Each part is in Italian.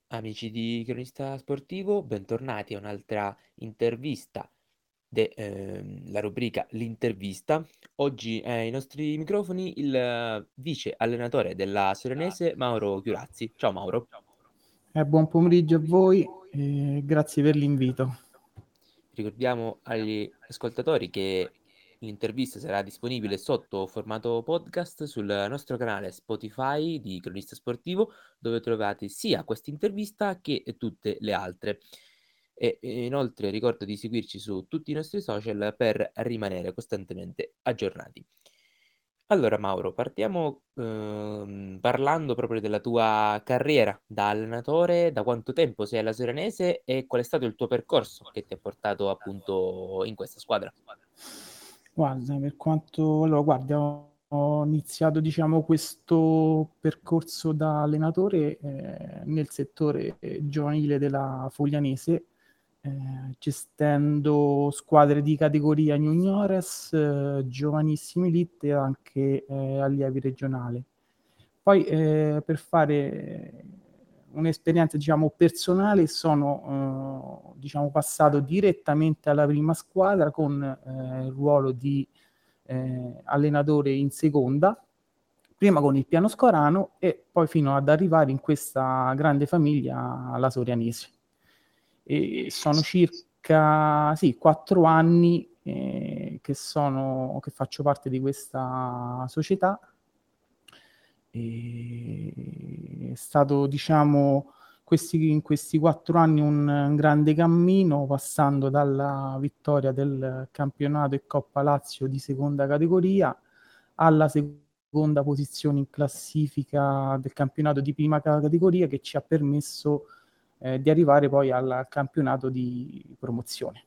Amici di Cronista Sportivo, bentornati a un'altra intervista della rubrica L'Intervista. Oggi ai nostri microfoni il vice allenatore della Sorenese, Mauro Chiurazzi. Ciao Mauro. Buon pomeriggio a voi e grazie per l'invito. Ricordiamo agli ascoltatori che l'intervista sarà disponibile sotto formato podcast sul nostro canale Spotify di Cronista Sportivo, dove trovate sia questa intervista che tutte le altre. E inoltre ricordo di seguirci su tutti i nostri social per rimanere costantemente aggiornati. Allora, Mauro, partiamo parlando proprio della tua carriera da allenatore, da quanto tempo sei alla Serenese e qual è stato il tuo percorso che ti ha portato appunto in questa squadra. Guarda, per quanto allora, guarda, ho iniziato, diciamo, questo percorso da allenatore nel settore giovanile della Foglianese, gestendo squadre di categoria juniores, giovanissimi elite e anche allievi regionali. Poi per fare un'esperienza, diciamo, personale sono diciamo, passato direttamente alla prima squadra con il ruolo di allenatore in seconda, prima con il Piano Scorano e poi fino ad arrivare in questa grande famiglia, la Sorianese. E sono circa sì, 4 anni che faccio parte di questa società. È stato, diciamo, in questi 4 anni un grande cammino, passando dalla vittoria del campionato e Coppa Lazio di seconda categoria alla seconda posizione in classifica del campionato di prima categoria, che ci ha permesso di arrivare poi al campionato di promozione.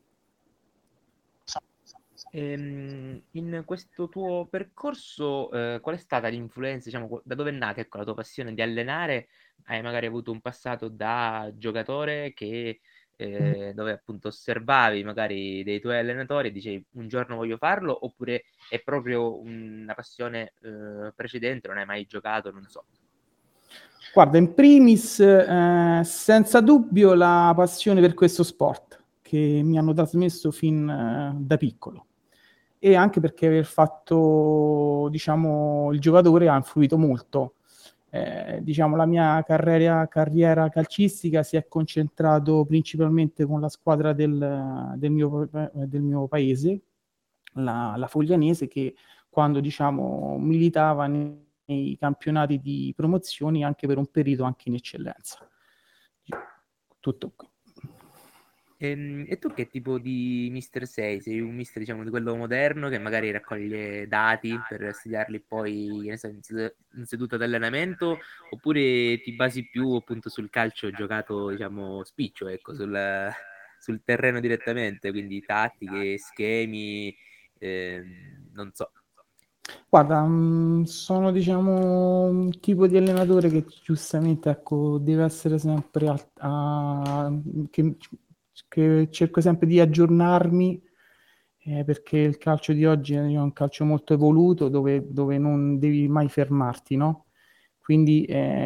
In questo tuo percorso, qual è stata l'influenza, diciamo, da dove è nata, ecco, la tua passione di allenare? Hai magari avuto un passato da giocatore dove appunto osservavi magari dei tuoi allenatori e dicevi un giorno voglio farlo, oppure è proprio una passione, precedente, non hai mai giocato, non so. Guarda, in primis, senza dubbio la passione per questo sport che mi hanno trasmesso fin da piccolo, e anche perché aver fatto, diciamo, il giocatore ha influito molto. Diciamo, la mia carriera calcistica si è concentrato principalmente con la squadra del mio paese, la Foglianese, che quando, diciamo, militava nei campionati di promozioni anche per un periodo anche in eccellenza. Tutto qui. E tu che tipo di mister sei? Sei un mister, diciamo, di quello moderno che magari raccoglie dati per studiarli poi, che ne so, in seduta di allenamento, oppure ti basi più appunto sul calcio giocato, diciamo, spiccio, ecco, sul terreno direttamente, quindi tattiche, schemi, non so. Guarda, sono, diciamo, un tipo di allenatore che giustamente, ecco, deve essere sempre che, che cerco sempre di aggiornarmi, perché il calcio di oggi è un calcio molto evoluto dove non devi mai fermarti, no? Quindi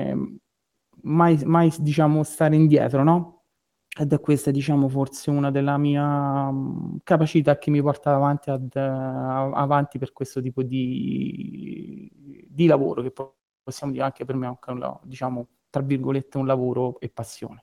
mai, diciamo, stare indietro, no? Ed è questa, diciamo, forse una della mia capacità che mi porta avanti per questo tipo di lavoro, che possiamo dire anche per me, anche diciamo, tra virgolette, un lavoro e passione.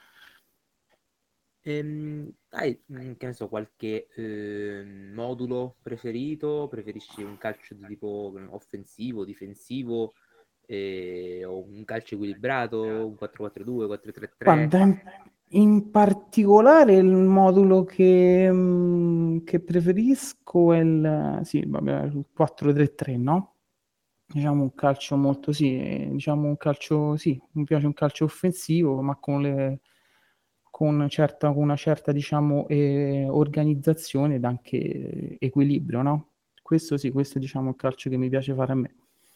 Hai, che ne so, qualche modulo preferito? Preferisci un calcio di tipo offensivo, difensivo, o un calcio equilibrato, un 4-4-2, 4-3-3? Guarda, in particolare il modulo che preferisco è sì, vabbè, il 4-3-3, no? Diciamo un calcio molto, sì, diciamo un calcio, sì, mi piace un calcio offensivo, ma con una certa, diciamo, organizzazione ed anche equilibrio, no? Questo sì, questo è, diciamo, il calcio che mi piace fare a me.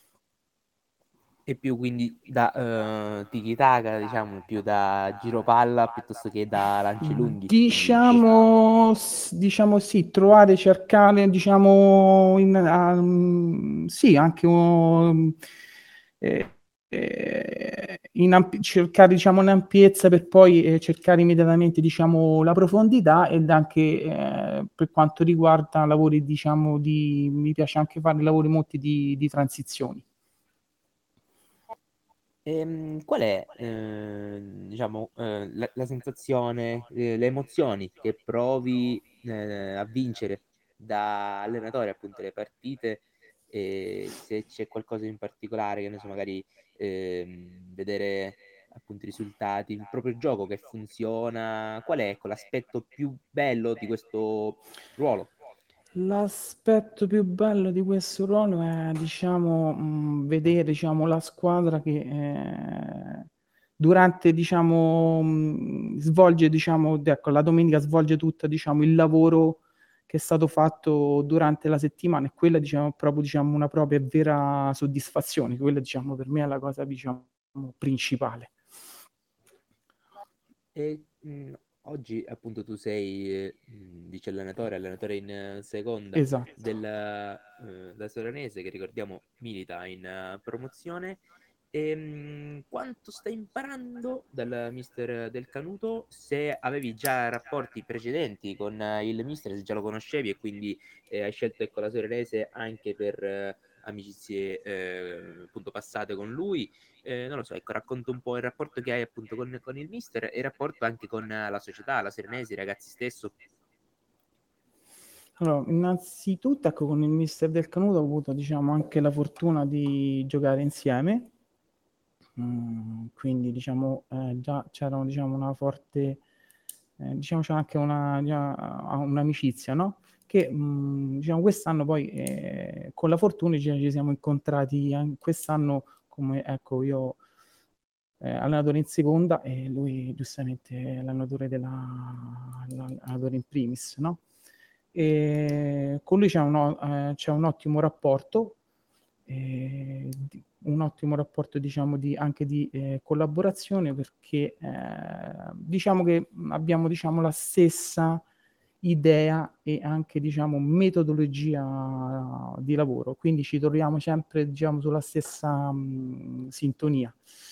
E più quindi da tiki-taka, diciamo, più da giro palla piuttosto che da lanci lunghi. Quindi Diciamo sì, trovare, cercare, diciamo, sì, anche cercare diciamo un'ampiezza per poi cercare immediatamente diciamo la profondità, ed anche per quanto riguarda lavori diciamo mi piace anche fare lavori molti di transizioni. Qual è, diciamo, la sensazione, le emozioni che provi a vincere da allenatore, appunto, le partite, e se c'è qualcosa in particolare, che ne so, magari vedere appunto i risultati, il proprio gioco che funziona, qual è, ecco, l'aspetto più bello di questo ruolo? L'aspetto più bello di questo ruolo è, diciamo, vedere, diciamo, la squadra che durante, diciamo, svolge, diciamo, ecco, la domenica svolge tutto, diciamo, il lavoro che è stato fatto durante la settimana, e quella, diciamo, è proprio, diciamo, una propria e vera soddisfazione. Quella, diciamo, per me è la cosa, diciamo, principale. E oggi appunto tu sei vice allenatore, allenatore in seconda Esatto. da Soranese, che ricordiamo milita in promozione. E, quanto stai imparando dal mister Del Canuto? Se avevi già rapporti precedenti con il mister, se già lo conoscevi e quindi hai scelto, ecco, la Soranese anche per amicizie appunto passate con lui. Non lo so, ecco, racconto un po' il rapporto che hai appunto con il mister e il rapporto anche con la società, la Serenesi, i ragazzi stesso. Allora, innanzitutto, ecco, con il mister Del Canuto ho avuto, diciamo, anche la fortuna di giocare insieme. Quindi, diciamo, già c'era, diciamo, una forte, diciamo, c'è anche un'amicizia, no? Che, diciamo, quest'anno poi, con la fortuna, ci siamo incontrati quest'anno, come, ecco, io allenatore in seconda e lui giustamente è l'allenatore in primis, no? E con lui c'è un ottimo rapporto, un ottimo rapporto, diciamo, anche di collaborazione, perché diciamo che abbiamo, diciamo, la stessa idea e anche, diciamo, metodologia di lavoro, quindi ci troviamo sempre, diciamo, sulla stessa sintonia.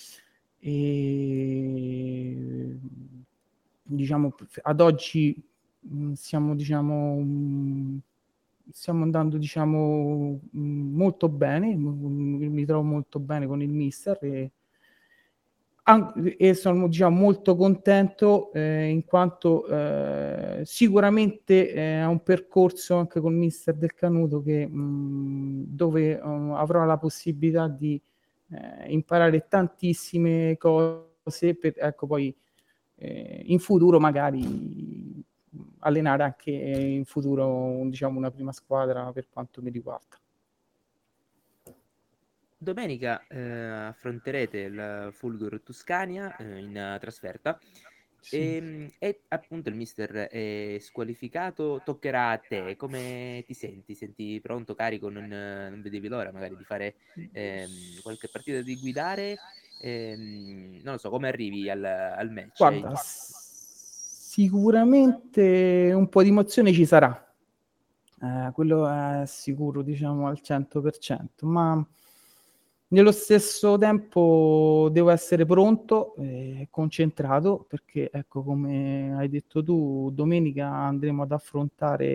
E diciamo ad oggi stiamo, diciamo, stiamo andando, diciamo, molto bene, mi trovo molto bene con il mister, e sono, diciamo, molto contento, in quanto sicuramente è un percorso anche col mister Del Canuto che, dove avrò la possibilità di imparare tantissime cose per, ecco, poi in futuro magari allenare anche in futuro, diciamo, una prima squadra per quanto mi riguarda. Domenica affronterete il Fulgor Tuscania in trasferta. Sì. E appunto il mister è squalificato, toccherà a te. Come ti senti? Senti pronto, carico? Non vedevi l'ora magari di fare qualche partita, di guidare? Non lo so, come arrivi al match? Guarda, sicuramente un po' di emozione ci sarà, quello è sicuro, diciamo, al 100%, ma nello stesso tempo devo essere pronto e concentrato, perché, ecco, come hai detto tu, domenica andremo ad affrontare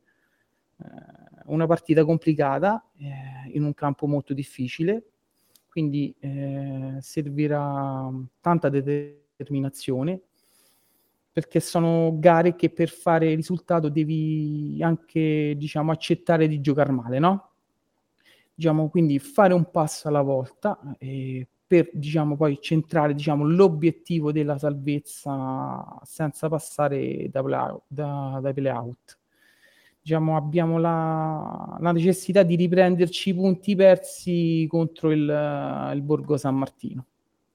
una partita complicata in un campo molto difficile, quindi servirà tanta determinazione, perché sono gare che per fare risultato devi anche, diciamo, accettare di giocare male, no? Diciamo, quindi fare un passo alla volta, per, diciamo, poi centrare, diciamo, l'obiettivo della salvezza senza passare dai play-out. Diciamo, abbiamo la necessità di riprenderci i punti persi contro il Borgo San Martino.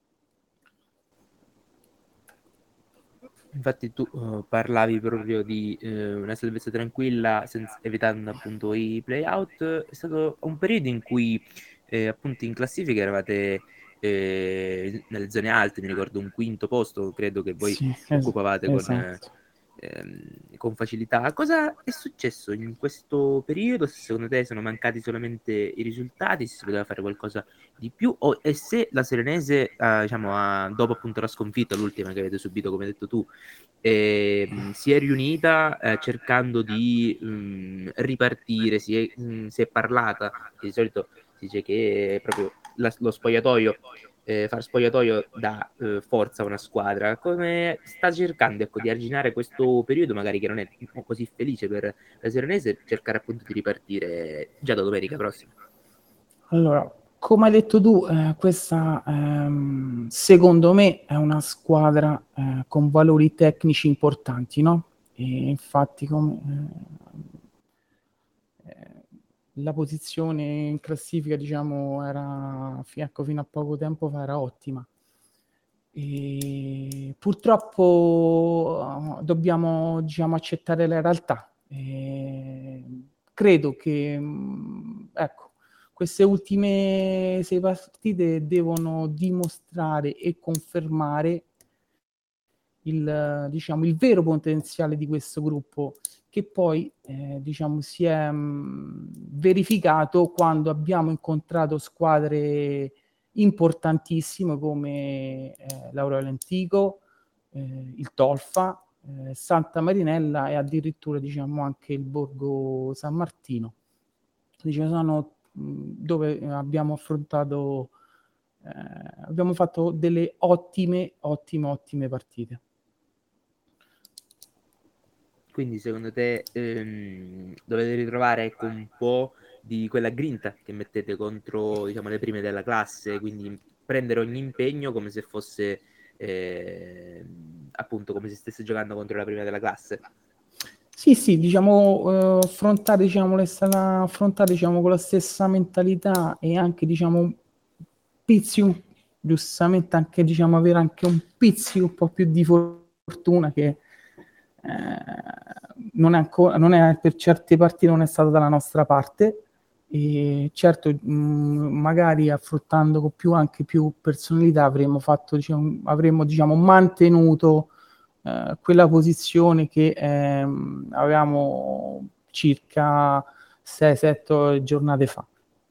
Infatti tu parlavi proprio di una salvezza tranquilla, evitando appunto i play-out. È stato un periodo in cui appunto in classifica eravate nelle zone alte, mi ricordo un quinto posto, credo che voi Sì, occupavate con esatto. con facilità. Cosa è successo in questo periodo? Se secondo te sono mancati solamente i risultati, se si poteva fare qualcosa di più, e se la Serenese, dopo appunto la sconfitta, l'ultima che avete subito, come hai detto tu, si è riunita cercando di ripartire, si è parlata, di solito si dice che proprio lo spogliatoio, far spogliatoio dà forza a una squadra. Come sta cercando, ecco, di arginare questo periodo magari che non è così felice per la Serenese, cercare appunto di ripartire già da domenica prossima? Allora, come hai detto tu, questa secondo me è una squadra con valori tecnici importanti, no? E infatti la posizione in classifica, diciamo, era fino a poco tempo fa era ottima. E purtroppo dobbiamo, diciamo, accettare la realtà. Credo che ecco, queste ultime 6 partite devono dimostrare e confermare diciamo, il vero potenziale di questo gruppo, che poi diciamo, si è verificato quando abbiamo incontrato squadre importantissime come l'Aurora Antico, il Tolfa, Santa Marinella e addirittura diciamo anche il Borgo San Martino. Diciamo, sono dove abbiamo affrontato abbiamo fatto delle ottime partite. Quindi secondo te dovete ritrovare, ecco, un po' di quella grinta che mettete contro, diciamo, le prime della classe, quindi prendere ogni impegno come se fosse appunto come se stesse giocando contro la prima della classe. Sì, diciamo, affrontare, diciamo, con la stessa mentalità e anche, diciamo, un pizzico, giustamente anche, diciamo, avere anche un pizzico un po' più di fortuna che non è per certe partite non è stata dalla nostra parte. E certo, magari affrontando con anche più personalità avremmo diciamo mantenuto quella posizione che avevamo circa 6-7 giornate fa.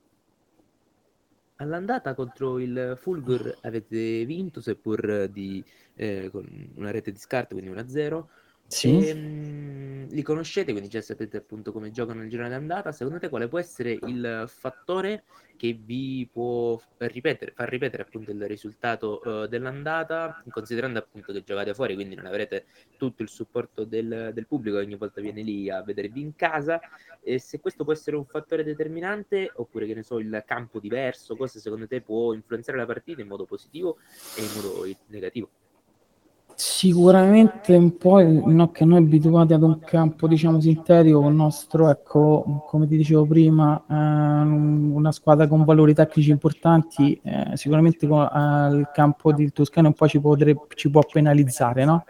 All'andata contro il Fulgur avete vinto, seppur con una rete di scarto, quindi 1-0. Sì. Li conoscete, quindi già sapete appunto come giocano nel girone d'andata. Secondo te quale può essere il fattore che vi può far ripetere appunto il risultato dell'andata, considerando appunto che giocate fuori, quindi non avrete tutto il supporto del pubblico che ogni volta viene lì a vedervi in casa, e se questo può essere un fattore determinante, oppure che ne so, il campo diverso, cosa secondo te può influenzare la partita in modo positivo e in modo negativo? Sicuramente un po' no, che noi abituati ad un campo diciamo sintetico, il nostro, ecco, come ti dicevo prima, una squadra con valori tecnici importanti, sicuramente il campo di Toscana un po' ci può penalizzare, no?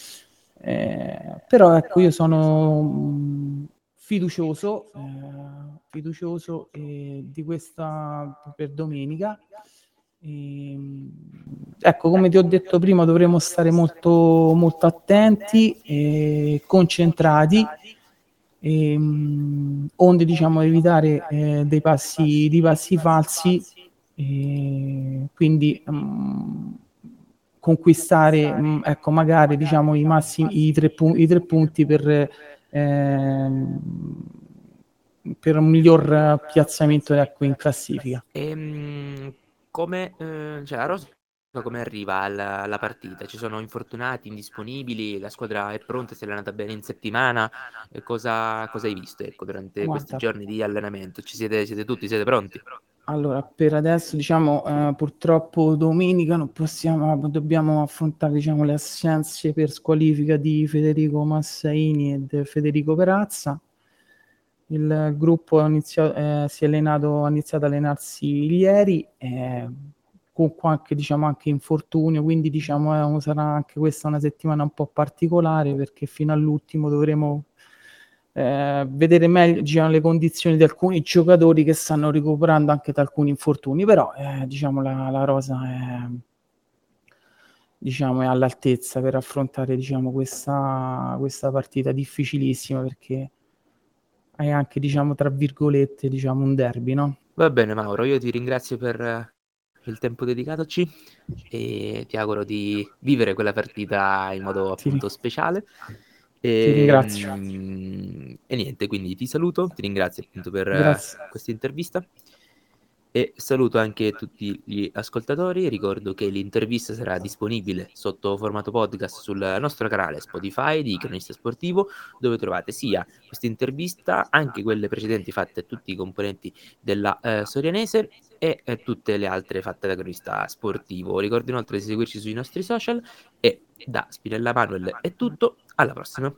Però ecco, io sono fiducioso di questa per domenica. Ecco, come ti ho detto prima, dovremo stare molto attenti e concentrati, onde diciamo evitare dei passi falsi, quindi conquistare ecco, magari diciamo i 3 punti per un miglior piazzamento, ecco, in classifica. Cioè, la rosa come arriva alla partita? Ci sono infortunati, indisponibili, la squadra è pronta, si è allenata bene in settimana? Cosa hai visto, ecco, durante questi Guarda, giorni di allenamento? Siete tutti, siete pronti? allora, per adesso, diciamo, purtroppo domenica non dobbiamo affrontare, diciamo, le assenze per squalifica di Federico Massaini e Federico Perazza. Il gruppo ha iniziato ad allenarsi ieri, con qualche, diciamo, anche infortunio, quindi, diciamo, sarà anche questa una settimana un po' particolare, perché fino all'ultimo dovremo vedere meglio, diciamo, le condizioni di alcuni giocatori che stanno recuperando anche da alcuni infortuni, però diciamo la rosa diciamo, è all'altezza per affrontare, diciamo, questa partita difficilissima, perché è anche, diciamo, tra virgolette, diciamo, un derby, no? Va bene Mauro, io ti ringrazio per il tempo dedicatoci e ti auguro di vivere quella partita in modo Ti, appunto speciale. ti ringrazio. E niente, quindi ti saluto, ti ringrazio appunto per Grazie. questa intervista e saluto anche tutti gli ascoltatori. Ricordo che l'intervista sarà disponibile sotto formato podcast sul nostro canale Spotify di Cronista Sportivo, dove trovate sia questa intervista, anche quelle precedenti fatte a tutti i componenti della Sorianese e tutte le altre fatte da Cronista Sportivo. Ricordo inoltre di seguirci sui nostri social e da Spinella Manuel è tutto, alla prossima.